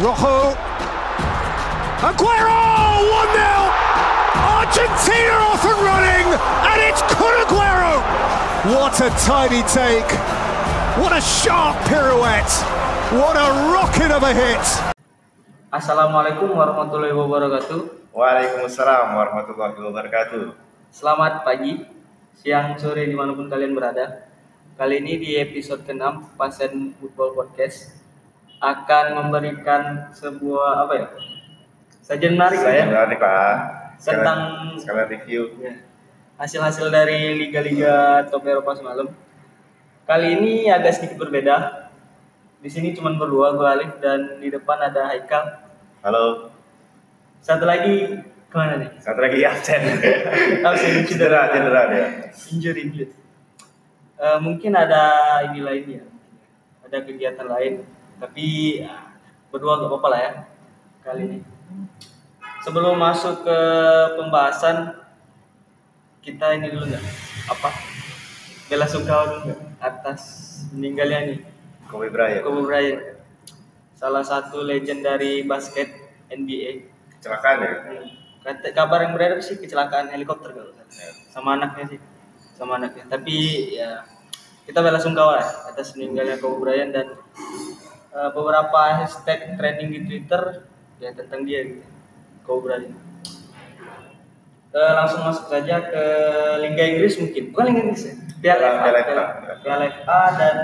Rojo. Aguero! 1-0! Argentina off and running, and it's Kun Aguero! What a tiny take. What a sharp pirouette. What a rocket of a hit. Assalamualaikum warahmatullahi wabarakatuh. Waalaikumsalam warahmatullahi wabarakatuh. Selamat pagi, siang, sore, dimanapun kalian berada. Kali ini di episode ke-6 Passion Football Podcast akan memberikan sebuah sajian menarik lah ya. Menarik lah. Tentang sekalian review hasil-hasil dari liga-liga top Eropa semalam. Kali ini agak sedikit berbeda. Di sini cuma berdua, gue Alif, dan di depan ada Haikal. Halo. Satu lagi kemana nih? Satu lagi absen. Absen cedera dia. Injury. Mungkin ada ini lainnya, ada kegiatan lain. Tapi berdua gak apa-apa lah ya kali ini. Sebelum masuk ke pembahasan, kita ini dulu nggak bela sungkawa dulu nggak atas meninggalnya nih Kobe Bryant, salah satu legend dari basket NBA. Kecelakaan ya? Kabar yang beredar sih kecelakaan helikopter kalau sama anaknya. Tapi ya kita bela sungkawa atas meninggalnya Kobe Bryant, dan beberapa hashtag trending di Twitter ya tentang dia gitu, Kobe Bryant. Langsung masuk saja ke Liga Inggris, mungkin bukan Liga Inggris ya, Piala FA dan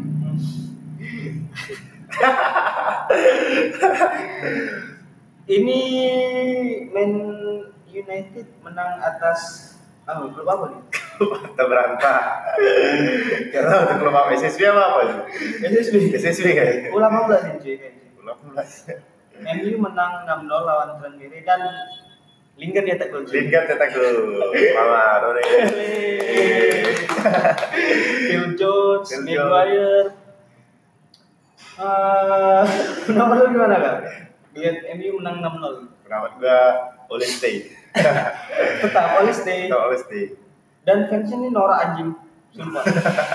ini Man United menang atas klub apa nih? Kita berantah. Karena untuk klub apa? SSB apa itu? SSB kayaknya. U18 cuy kayaknya. U18. MU menang 6-0 lawan Tranmere dan Lingard cetak gol. Selamat sore. Phil Jones, Maguire. Nomor lu gimana Kak? Lihat MU menang 6-0. Pendapat gua All Stay. Tetap All Stay. Dan fansnya ini norak anjing, sumpah.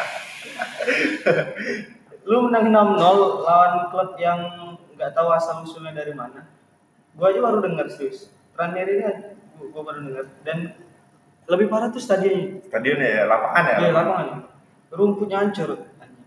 Lu menang 6-0 lawan klub yang nggak tahu asal usulnya dari mana. Gua aja baru dengar serius. Tranmere ini gua baru dengar, dan lebih parah tuh Stadionnya ya, lapangan ya. Iya, lapangan. Rumputnya hancur.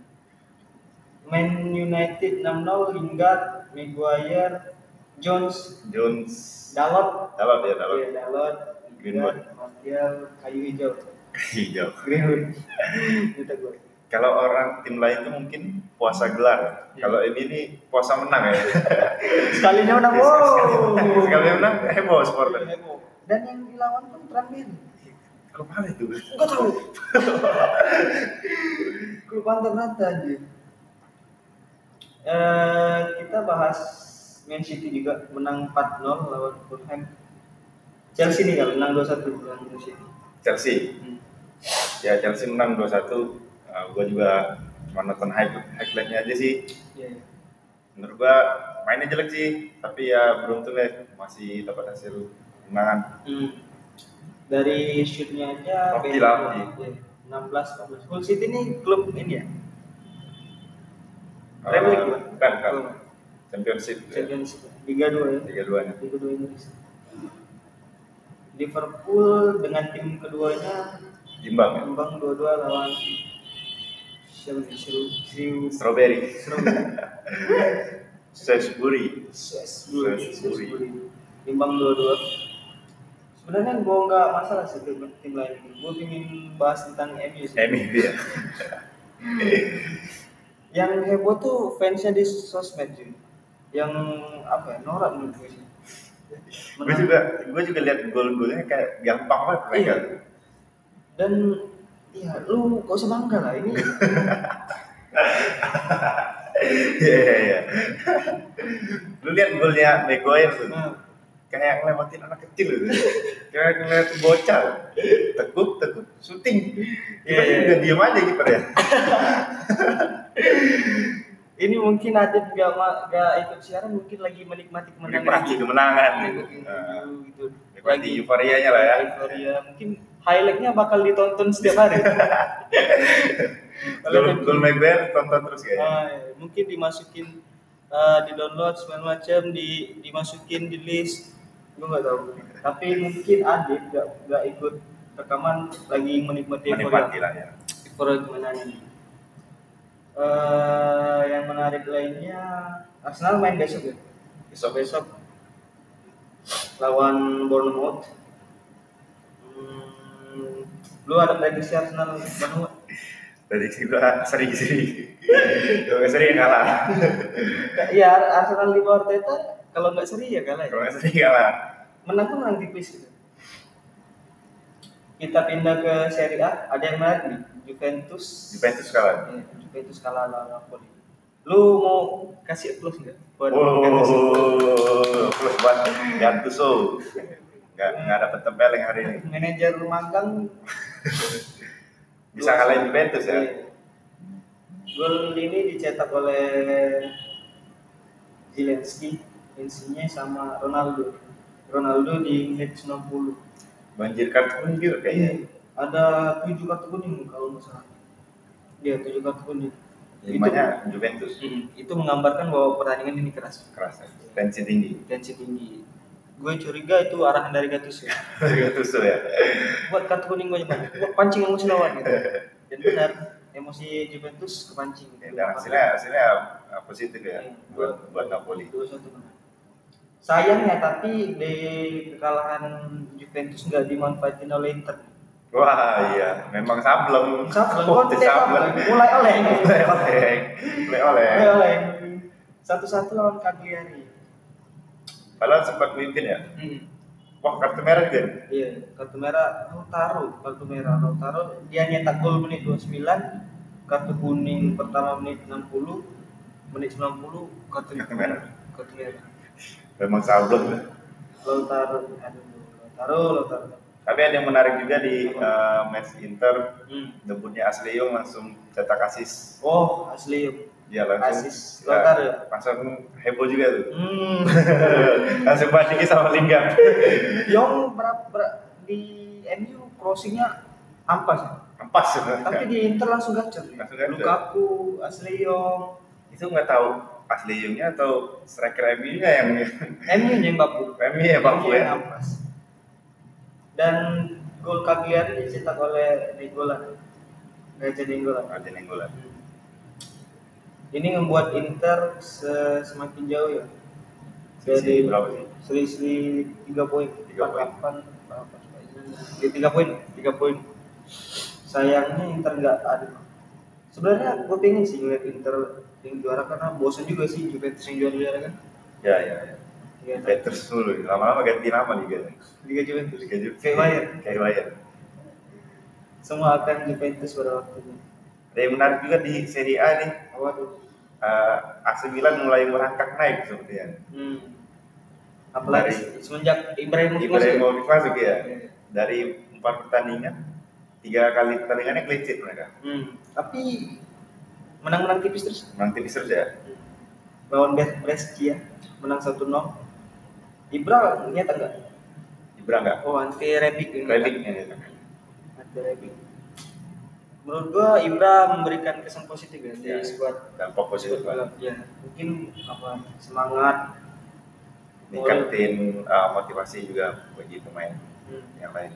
Man United 6-0, Lingard, Maguire, Jones, Dalot. Iya, Dalot, Greenwood, Martial, kayu hijau. Greenwood. Itu gue. Kalau orang tim lain itu mungkin puasa gelar. Kalau ini puasa menang ya. Sekalinya menang, Sekalinya menang, heboh supporter. Dan yang dilawan pun Tranmere. Klub apa itu? Enggak tahu. Klub antar-antar aja. Kita bahas Man City juga menang 4-0 lawan Fulham. Chelsea nih kalau menang 2-1 lawan Man City. Chelsea. Ya, Chelsea menang 2-1. Gue juga cuma nonton highlight-nya aja sih. Yeah. Menurut gue mainnya jelek sih, tapi ya beruntung deh masih dapat hasil kemenangan. Dari shootnya aja Oke. 16-14. Hull City ini klub ini ya? Premier League kan? Championship. Liga 2 ya? Liga 2 Indonesia. Liverpool dengan tim keduanya imbang 2-2 lawan Strawberry. Salisbury. Imbang 2-2. Sebenarnya gue nggak masalah sih tim lain. Gue ingin bahas tentang MU sih. MU ya. Yang heboh tuh fansnya di sosmed sih. Yang norak menurut gue sih. Gue juga lihat gol-golnya kayak gampang banget mereka. Iya. Dan ya lu gak usah bangga lah ini. Iya. Lu lihat golnya Maguire tuh. Kayak ngelewatin anak kecil gitu. Kayak ngelewatin bocah. Tekuk, syuting. Udah diam aja gitu ya. Ini mungkin ada juga gak ikut siaran, mungkin lagi menikmati kemenangan. Gitu. Menikmati euforianya lah ya. Euforia. Mungkin highlight-nya bakal ditonton setiap hari. Gol Maguire tonton terus kayaknya. Mungkin dimasukin di download segala macam, dimasukin di list, gue nggak tahu. Tapi mungkin Adit nggak ikut rekaman, lagi menikmati lah ya. euforia gimana nih. Yang menarik lainnya, Arsenal main besok ya. Besok lawan Bournemouth. Lu ada prediksi Arsenal Bournemouth? Prediksi gua seri. Kalau nggak seri kalah. Ya Arsenal di bawah Arteta kalau nggak seri ya kalah. Kalau nggak seri kalah. Menang pun menang tipis. Gitu. Kita pindah ke Serie A. Ada yang menarik nih. Juventus kalah. Juventus kalah lawan Napoli. Lu mau kasih plus nggak? Plus buat Juventus. Nggak dapat tempeleng hari ini. Manajer magang bisa kalahin Juventus ya. Gol ini dicetak oleh Zelensky, Insigne sama Ronaldo di menit 90. Banjir kartu kuning juga kayaknya. Ada 7 kartu kuning kalau nggak salah. Iya 7 kartu kuning. 5-nya Juventus. Itu menggambarkan bahwa pertandingan ini keras. Tensi tinggi. Gue curiga itu arahan dari Gattuso ya. Buat kartu kuning banyak, buat pancing emosi lawan gitu. Dan benar, emosi Juventus kepancing. Dan hasilnya positif ya buat Napoli. 2-1 benar. Sayangnya tapi di kekalahan Juventus nggak dimanfaatin oleh Inter. Wah iya, memang sableng. Mulai oleng. 1-1 lawan Cagliari. Padahal sempat memimpin ya. Wah kartu merah juga. Iya, kartu merah Lautaro. Dia nyetak gol menit 29, kartu kuning pertama menit 60, menit 90 kartu merah. Memang sableng. Lautaro. Tapi ada yang menarik juga di match Inter, debutnya Ashley langsung cetak asis. Oh, Ashley. Iya langsung. Asis. Lautaro ya. Langsung heboh juga tuh. Langsung bandingin sama Lingard. Yang di MU crossingnya ampas. Tapi di Inter langsung gacor. Lukaku, Ashley itu nggak tahu Ashley-nya atau striker MU-nya yang baku. MU ya. Ampas. Dan gol Cagliari dicetak oleh Raja Nainggolan. Ini membuat Inter semakin jauh ya. Jadi berapa sih? Selisih 3 poin. 3 poin. Sayangnya Inter nggak ada. Sebenarnya gue pengen sih ngeliat Inter yang juara karena bosan juga sih Juventus yang juara kan. Ya. Juventus dulu, lama-lama ganti nama Liga Juventus. Kayak Bayern. Semua akan Juventus pada waktunya. Ada yang menarik juga di Serie A nih. Waduh. AC Milan mulai merangkak naik sepertinya. Apalagi semenjak Ibrahimovic masuk ya. Dari 4 pertandingan, 3 kali pertandingannya clean sheet mereka. Tapi menang tipis terus. Ya. Lawan Brescia menang 1-0. Ibra nyata enggak? Oh, anti Rebic. Anti Rebic. Menurut gua Ibra memberikan kesan positif ya di skuad. Dampak positif banget. Ya, mungkin semangat ningkatin motivasi juga bagi pemain yang lain.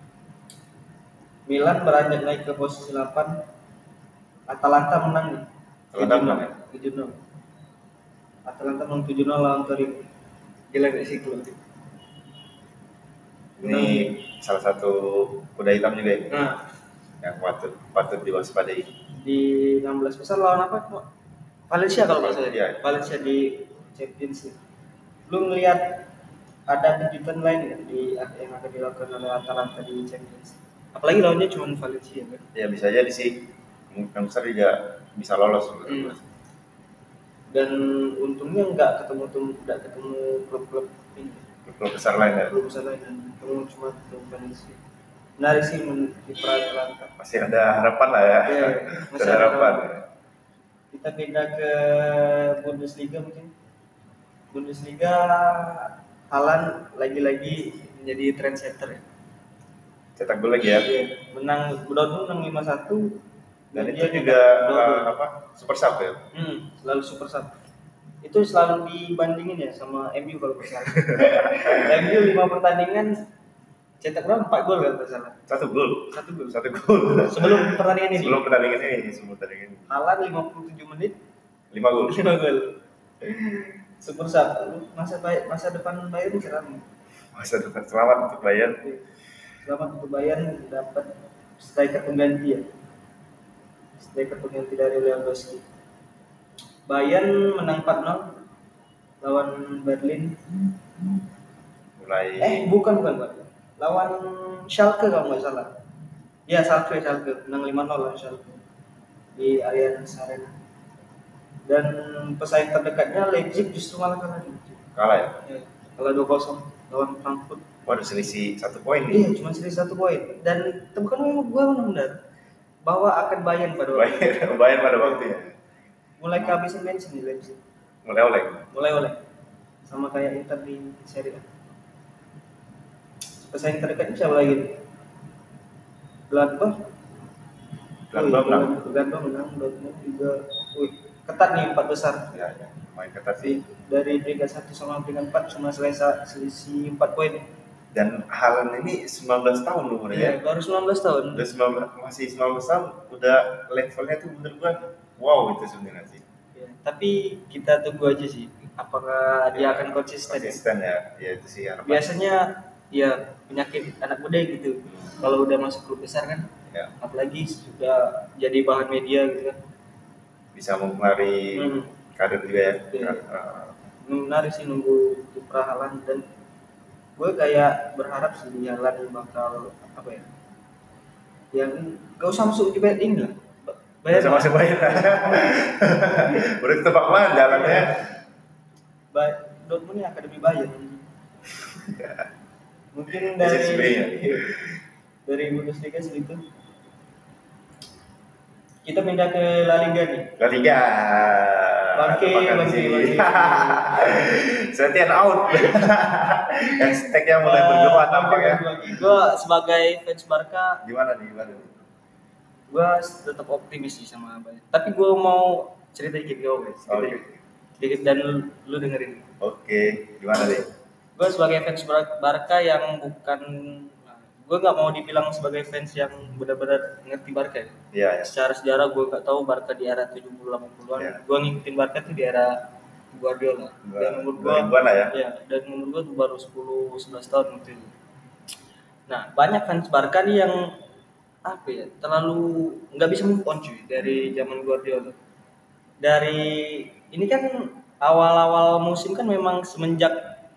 Milan beranjak naik ke posisi 8. Atalanta menang nih. 7-0. Atalanta menang 7-0 lawan Torino. Gila gak sih klub? Ini salah satu kuda hitam juga ya. Yang patut diwaspadai. Di 16 besar lawan apa? Valencia kalau nggak salah. Ya. Valencia di Champions League. Lu ngelihat ada kejutan lain yang akan dilakukan oleh Atalanta di Champions League? Apalagi lawannya cuma Valencia kan? Ya bisa jadi sih. Mungkin besar juga bisa lolos. Dan untungnya nggak ketemu klub-klub ini. Klub besar lain ya. Klub besar lain dan ketemu cuma Valencia. Menarik sih di Atalanta. Masih ada harapan lah ya. Masih ada harapan. Kita pindah ke Bundesliga mungkin. Bundesliga Haaland lagi-lagi menjadi trendsetter ya. Cetak gol lagi ya. Menang Dortmund menang 5-1. Dan itu juga super sub ya. Selalu super sub. Itu selalu dibandingin ya sama MU kalau nggak salah. MU 5 pertandingan cetak berapa? 4 gol kalau nggak salah. 1 gol. 1 gol. Sebelum pertandingan ini. Sebelum pertandingan ini. Haaland 57 menit 5 gol. 5 gol. Super sub. Masa depan Bayern cerah. Masa depan selamat untuk Bayern. Selamat untuk Bayern dapat striker pengganti ya. Striker pengganti dari Lewandowski. Bayern menang 4-0 lawan Berlin. Bukan. Lawan Schalke kalau nggak salah. Ya, Schalke menang 5-0 lawan Schalke di Allianz Arena. Dan pesaing terdekatnya Leipzig justru malah kalah. Kalah ya? Ya, kalah 2-0 lawan Frankfurt. Waduh, selisih 1 poin nih. Iya, cuma selisih 1 poin. Dan bukan gue benar bahwa akan Bayern pada waktu. Bayern pada waktunya. Mulai kehabisan bensin di Leipzig. Mulai oleh. Sama kayak Inter di Serie A. Pesaing terdekatnya siapa lagi? Gladbach menang, Dortmund juga. Ketat nih 4 besar. Ya, main ketat sih. Dari peringkat 1 sama peringkat 4 cuma selisih 4 poin. Dan Haaland ini 19 tahun loh ya. Baru 19 tahun. Masih 19 tahun udah levelnya tuh menurut gua wow itu sebenarnya sih. Ya, tapi kita tunggu aja sih apakah dia akan konsisten ya. Ya itu sih harapan. Biasanya ya penyakit anak muda gitu. Kalau udah masuk klub besar kan. Ya. Apalagi sudah jadi bahan media gitu kan. Bisa mempengaruhi karir juga ya. Menarik sih nunggu kiprah Haaland dan gue kayak berharap sih Haaland bakal apa ya? Yang gak usah masuk di betting lah. Bayar masuk bayar. Udah tebak mana jalannya? Dortmund ini akademi Bayern. Mungkin dari Bundesliga segitu. Kita pindah ke La Liga nih. La Liga. Bangke. Setian out. Hashtagnya mulai bergema tampaknya. Gue sebagai fans Barca. Gimana nih? Gue tetap optimis sih sama Bayern. Tapi gue mau cerita dikit guys. Dikit dan lu dengerin. Oke. Gimana deh? Gue sebagai fans Barca yang bukan, gue nggak mau dibilang sebagai fans yang benar-benar ngerti Barca. Iya. Secara sejarah gue nggak tahu Barca di era 70-80-an. Ya. Gue ngikutin Barca tuh di era Guardiola. Dan menurut gue, dan menurut gue tuh baru 10-11 tahun gitu. Nah, banyak fans Barca nih yang terlalu nggak bisa move on cuy dari zaman Guardiola. Dari ini kan awal-awal musim kan memang semenjak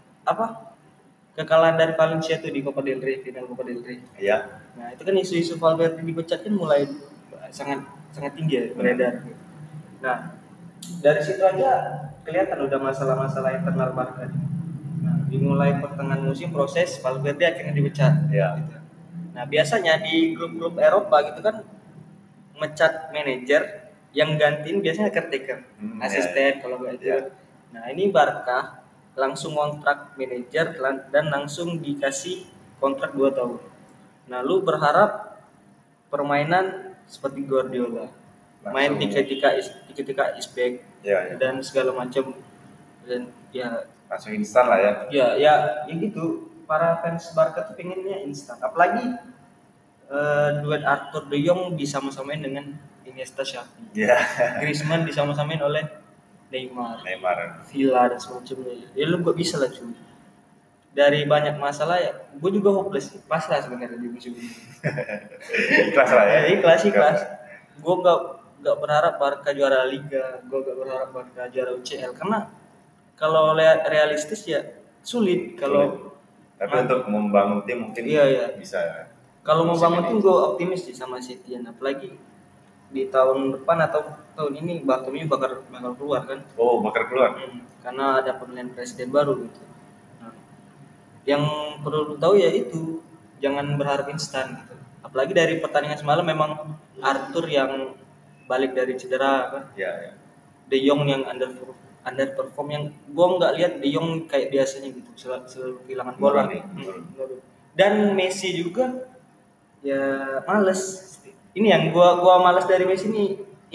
kekalahan dari Valencia tuh di Copa del Rey, final Copa del Rey. Iya. Nah, itu kan isu-isu Valverde dipecat kan mulai sangat tinggi ya beredar. Nah, dari situ aja kelihatan udah masalah-masalah internal Barca. Nah, dimulai pertengahan musim proses Valverde akhirnya dipecat. Iya. Gitu. Nah, biasanya di grup-grup Eropa gitu kan mecat manajer yang gantiin biasanya caretaker, asisten kalau nggak itu. Nah, ini Barca langsung kontrak manajer dan langsung dikasih kontrak 2 tahun. Nah, lu berharap permainan seperti Guardiola, main tiki-taka is back, dan segala macam, dan ya langsung instan lah ya. Ya gitu. Para fans Barca tuh pengennya instan. Apalagi duet Arthur De Jong disama-samain dengan Iniesta Xavi. Griezmann disama-samain oleh Neymar, Villa dan semacamnya. Ya lu gak bisa lah cuy. Dari banyak masalah ya, gue juga hopeless, pasrah sebenarnya di musim ini. Ikhlas lah ya. Ikhlas. Gue gak berharap Barca juara Liga, gue gak berharap Barca juara UCL karena kalau lihat realistis ya sulit. Kalau tapi untuk membangun tim mungkin bisa. Kalau membangun tim gue optimis sih sama City, apalagi di tahun depan atau tahun ini Bartomeu bakal keluar kan? Oh, bakal keluar. Karena ada pemilihan presiden baru gitu. Nah, yang perlu tahu ya itu jangan berharap instan gitu. Apalagi dari pertandingan semalam memang Arthur yang balik dari cedera kan? Iya. De Jong yang underperform yang gue nggak lihat De Jong kayak biasanya gitu selalu kehilangan bola nih. Dan Messi juga ya males. Ini yang gua malas dari Messi ini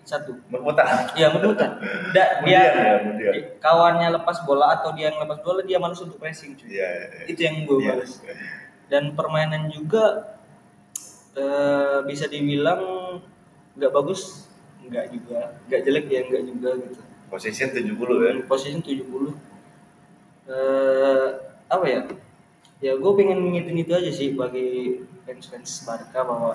satu. Berputar. Iya berputar. Kemudian. Kawannya lepas bola atau dia yang lepas bola dia malas untuk pressing cuy. Iya. Itu yang gue males. Dan permainan juga bisa dibilang nggak bagus, nggak juga, nggak jelek ya nggak juga gitu. Position 70 ya. Position 70. Apa ya? Ya gue pengen ngingetin itu aja sih bagi fans Barca bahwa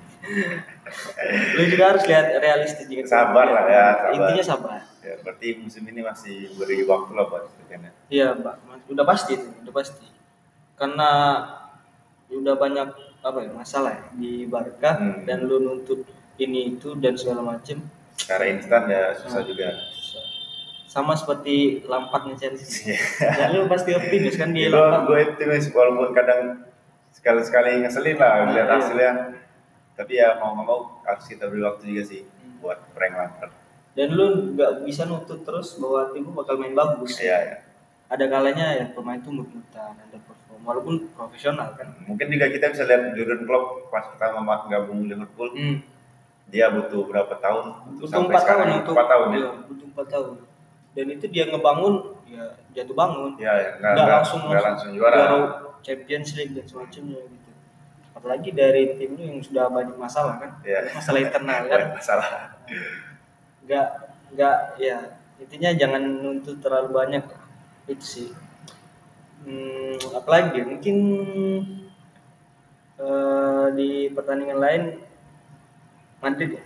lu juga harus lihat realistis juga. Sabar lah ya. Sabar. Intinya sabar. Ya, berarti musim ini masih beri waktu lah buat kalian. Iya, Pak. Udah pasti itu, udah pasti. Karena udah banyak apa ya masalah ya di Barca dan lu nuntut ini itu dan segala macem. Secara instan ya susah juga. Sama seperti Lampardnya Chelsea. Dan lu pasti optimis kan dia Lampard. Gue optimis walaupun kadang sekali-sekali ngeselin lah lihat hasilnya. Tapi ya mau nggak mau harus kita beri waktu juga sih buat Frank Lampard. Dan lu nggak bisa nuntut terus bahwa tim lu bakal main bagus. Iya. Ada kalanya ya pemain itu mut-mutan, ada perform walaupun profesional kan. Mungkin juga kita bisa lihat Jurgen Klopp pas pertama gabung Liverpool. Dia butuh berapa tahun? Butuh 4 tahun untuk 4 tahun. Iya, butuh 4 tahun. Dan itu dia ngebangun ya jatuh bangun. Iya, nggak langsung juara Champions League dan semacamnya gitu. Apalagi dari tim yang sudah banyak masalah kan. Ya. Masalah internal kan. Masalah. Enggak ya intinya jangan nuntut terlalu banyak itu sih. Apalagi mungkin di pertandingan lain Madrid.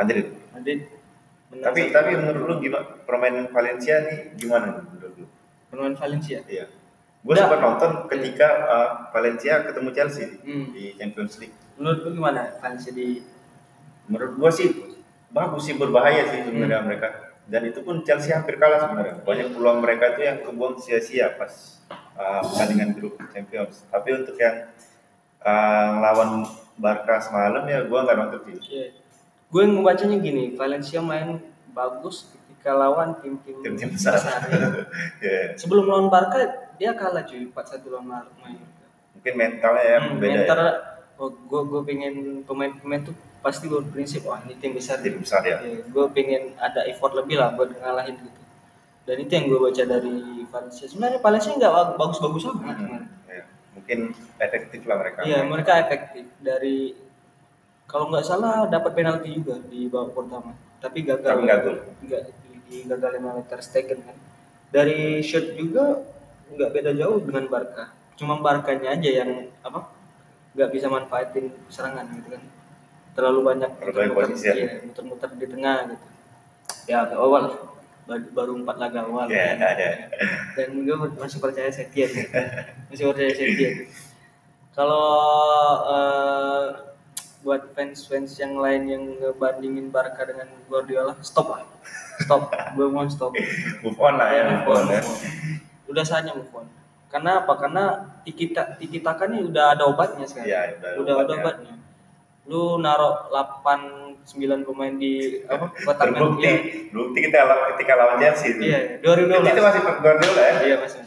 Tapi menurut lu gimana permainan Valencia nih gimana menurut lu? Permainan Valencia? Iya. Gue sempat nonton ketika Valencia ketemu Chelsea di Champions League. Menurut lu gimana Valencia di? Menurut gue sih bagus sih, berbahaya sih sebenarnya mereka. Dan itu pun Chelsea hampir kalah sebenarnya. Banyak peluang mereka itu yang kebuang sia-sia pas pertandingan grup Champions. Tapi untuk yang lawan Barca semalam ya gue nggak nonton sih. Yeah. Gue membacanya gini, Valencia main bagus ketika lawan tim-tim besar. Yeah. Sebelum lawan Barca dia kalah cuy 4-1 lawan Mallorca. Mungkin mentalnya ya beda. Mental, ya. Gue pengen pemain-pemain tuh pasti berprinsip ini tim besar ya. Gue pengen ada effort lebih lah buat ngalahin gitu. Dan itu yang gue baca dari Valencia. Sebenarnya Valencia nggak bagus-bagus amat. Ya. Mungkin efektif lah mereka. Iya mereka efektif dari kalau nggak salah dapat penalti juga di babak pertama, tapi gagal. Digagalin oleh Ter Stegen kan. Dari shot juga nggak beda jauh dengan Barca. Cuma Barkanya aja yang nggak bisa manfaatin serangan gitu kan. Terlalu banyak muter-muter di tengah gitu. Ya awal baru 4 laga awal. Dan gue masih percaya Setien. Kalau buat fans yang lain yang ngebandingin Barca dengan Guardiola, stop. Gue mau stop. Move on lah ya. Udah saatnya move on. Karena apa? Karena tiki-taka ini udah ada obatnya sekarang. Ya, udah ada obatnya. Lu naruh 8-9 pemain di kotak Terbukti ketika lawan Chelsea itu. Iya, 2012. Itu masih Guardiola ya? Iya, masih.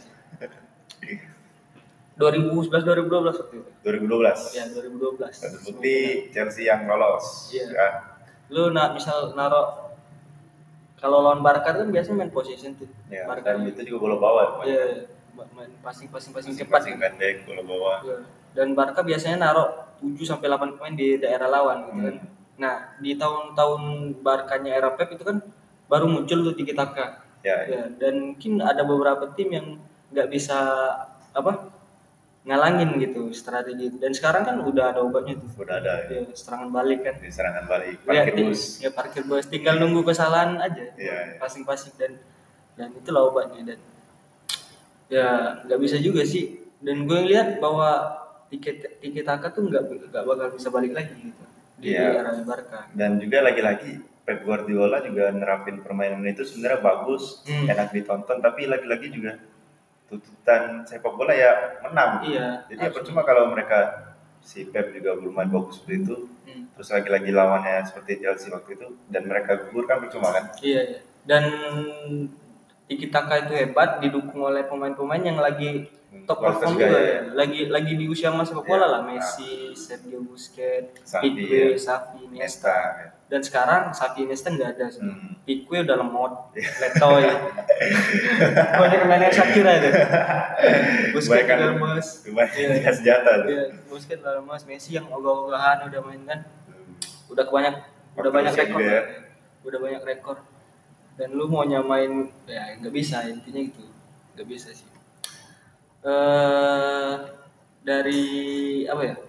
2011 2012 waktu itu. 2012. Ya, 2012. Terbukti Chelsea yang lolos. Iya. Ya. Lu misal naruh kalau lawan Barca kan biasanya main position tuh. Ya, Barca dan itu juga bola bawah. Iya, main passing cepat. Passing pendek, bola bawah. Ya. Dan Barca biasanya naruh 7 sampai 8 pemain di daerah lawan gitu kan. Nah, di tahun-tahun Barkanya era Pep itu kan baru muncul tuh tiki-taka. Ya. Dan mungkin ada beberapa tim yang nggak bisa ngalangin gitu strategi itu. Dan sekarang kan udah ada obatnya tuh. Udah ada. Ya, serangan balik kan. Serangan balik. Parkir bus. Tinggal nunggu kesalahan aja. Ya. Passing dan itulah obatnya. Dan ya nggak bisa juga sih. Dan gue lihat bahwa tiki-taka tuh nggak bakal bisa balik lagi gitu di era Barca. Dan juga lagi-lagi Pep Guardiola juga nerapin permainan itu sebenarnya bagus, enak ditonton, tapi lagi-lagi juga tuntutan sepak bola ya menang. Iya. Jadi percuma kalau mereka si Pep juga belum main bagus seperti itu, terus lagi-lagi lawannya seperti Chelsea waktu itu dan mereka gugur kan percuma kan? Iya. Dan Tiki Taka itu hebat, didukung oleh pemain-pemain yang lagi top kualitas perform juga juga ya. Lagi di usia masa sepak bola Iya. lah, Messi, Sergio Busquets, Xavi, Pique, ya. Xavi, Iniesta. Nesta. Dan sekarang Xavi, Iniesta nggak ada. Pique udah lemot, Iya. letoy. Banyak kemarin Shakira itu. Busquets Kebanyakan- udah lemes. kebanyakan senjata tuh. Iya, Busquets udah lemes, Messi yang ogah-ogahan udah main kan. Udah banyak Waktu rekor. juga ya. Udah banyak rekor. Dan lu mau nyamain ya nggak bisa, intinya gitu. Nggak bisa sih. Dari apa ya?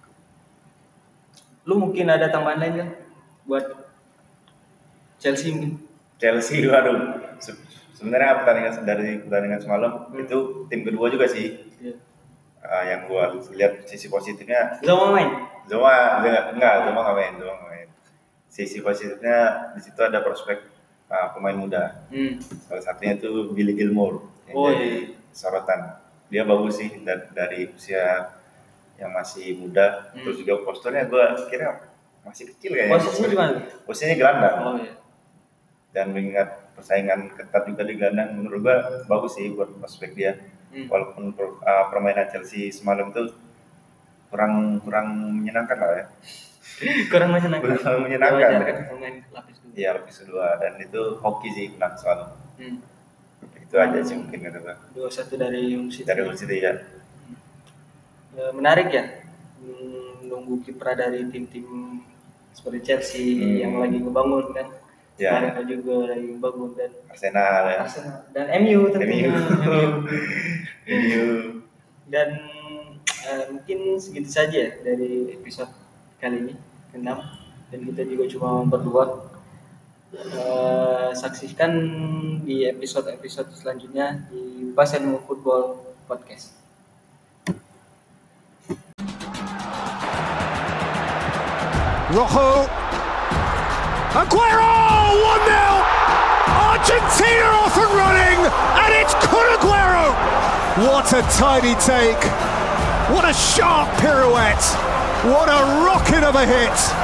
Lu mungkin ada tambahan lain kan buat Chelsea mungkin? Chelsea, waduh. Sebenarnya pertandingan semalam itu tim kedua juga sih. Iya. Yang gua lihat sisi positifnya, Zoma main? Zoma nggak main. Sisi positifnya di situ ada prospek pemain muda. Salah satunya itu Billy Gilmour yang jadi sorotan. Dia bagus sih dari usia yang masih muda. Terus juga posturnya gue kira masih kecil kayaknya. Posisinya gimana? Posisinya gelandang. Oh iya. Dan mengingat persaingan ketat juga di gelandang, menurut gue bagus sih buat prospek dia. Walaupun permainan Chelsea semalam itu kurang menyenangkan lah ya. Kurang menyenangkan. Kurang menyenangkan. Kan pemain lapis dulu. Iya, lapis kedua, dan itu hoki sih menang selalu. Itu aja sih mungkin kata gue. 2-1 dari Hull City. Dari Hull City ya. Menarik ya, nunggu kiprah dari tim-tim seperti Chelsea yang lagi ngebangun kan. Ya. Mereka juga lagi ngebangun, dan Arsenal ya. dan MU tentunya. MU. Dan mungkin segitu saja ya dari episode kali ini ke-6, dan kita juga cuma berdua. Saksikan di episode selanjutnya di Passion Football Podcast. Rojo, Aguero, 1-0. Argentina off and running, and it's Kun Aguero. What a tidy take. What a sharp pirouette. What a rocket of a hit.